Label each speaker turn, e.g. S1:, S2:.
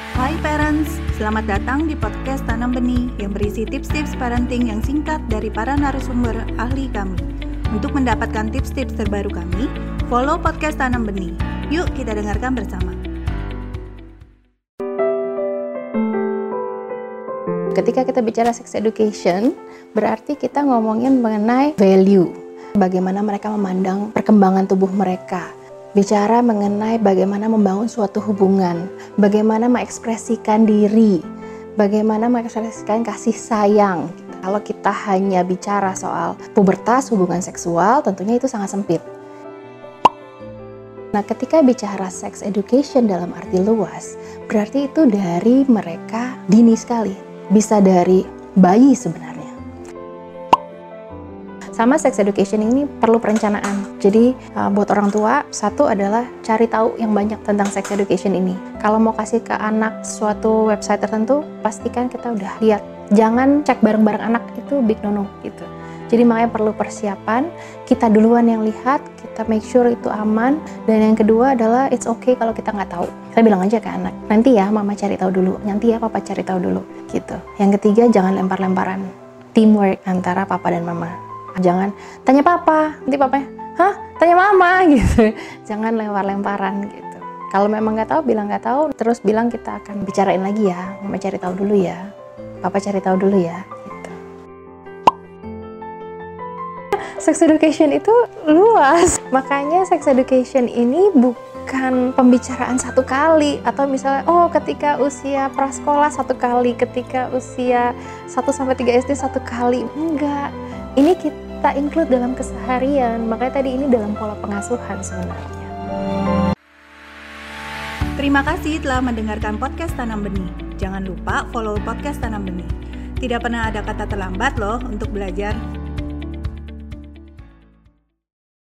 S1: Hai parents, selamat datang di podcast Tanam Benih yang berisi tips-tips parenting yang singkat dari para narasumber ahli kami. Untuk mendapatkan tips-tips terbaru kami, follow podcast Tanam Benih. Yuk kita dengarkan bersama.
S2: Ketika kita bicara sex education, berarti kita ngomongin mengenai value. Bagaimana mereka memandang perkembangan tubuh mereka. Bicara mengenai bagaimana membangun suatu hubungan, bagaimana mengekspresikan diri, bagaimana mengekspresikan kasih sayang. Kalau kita hanya bicara soal pubertas, hubungan seksual, tentunya itu sangat sempit. Nah, ketika bicara sex education dalam arti luas, berarti itu dari mereka dini sekali, bisa dari bayi sebenarnya. Sama sex education ini perlu perencanaan. Jadi buat orang tua, satu adalah cari tahu yang banyak tentang sex education ini. Kalau mau kasih ke anak suatu website tertentu, pastikan kita udah lihat. Jangan cek bareng-bareng anak, itu big no-no gitu. Jadi makanya perlu persiapan, kita duluan yang lihat, kita make sure itu aman. Dan yang kedua adalah it's okay kalau kita nggak tahu. Kita bilang aja ke anak, nanti ya mama cari tahu dulu, nanti ya papa cari tahu dulu gitu. Yang ketiga, jangan lempar-lemparan. Teamwork antara papa dan mama. Jangan tanya papa, nanti papanya, hah? Tanya mama gitu. Jangan lempar-lemparan gitu. Kalau memang nggak tahu, bilang nggak tahu. Terus bilang kita akan bicarain lagi ya. Mama cari tahu dulu ya. Papa cari tahu dulu ya. Gitu. Sex education itu luas. Makanya sex education ini bukan pembicaraan satu kali. Atau misalnya, ketika usia prasekolah satu kali, ketika usia 1-3 SD satu kali. Enggak. Ini kita include dalam keseharian, makanya tadi ini dalam pola pengasuhan sebenarnya.
S1: Terima kasih telah mendengarkan podcast Tanam Benih. Jangan lupa follow podcast Tanam Benih. Tidak pernah ada kata terlambat loh untuk belajar.